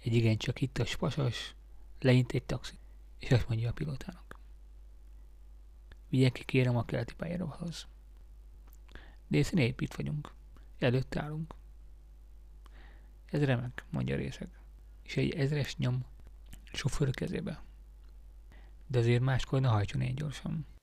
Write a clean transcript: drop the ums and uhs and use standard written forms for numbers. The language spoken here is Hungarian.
Egy igencsak ittas pasas leint egy taxit, és azt mondja a pilótának. Vigyen ki kérem a keleti pályaudvarhoz. Dészen épp itt vagyunk. Előtt állunk. Ez remek, mondja részeg, és egy ezres nyom sofőr kezébe. De azért máskor ne hajtson én gyorsan.